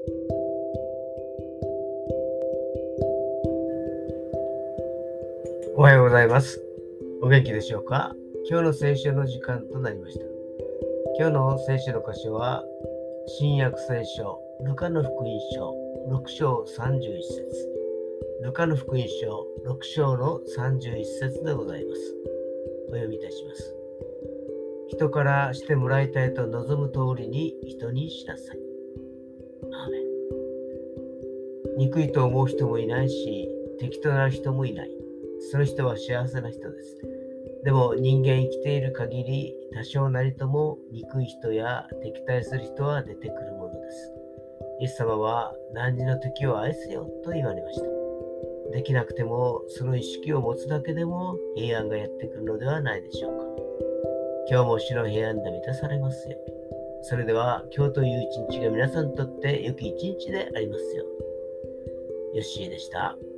おはようございます。お元気でしょうか？今日の聖書の時間となりました。今日の聖書の箇所は、新約聖書、ルカの福音書6章31節。ルカの福音書6章の31節でございます。お読みいたします。人からしてもらいたいと望む通りに人にしなさい。アーメン。憎いと思う人もいないし、敵となる人もいない。その人は幸せな人です。でも人間生きている限り、多少なりとも憎い人や敵対する人は出てくるものです。イエス様は何時の敵を愛せよと言われました。できなくてもその意識を持つだけでも平安がやってくるのではないでしょうか。今日も主の平安で満たされますように。それでは今日という一日が皆さんにとって良き一日でありますように。ヨッシーでした。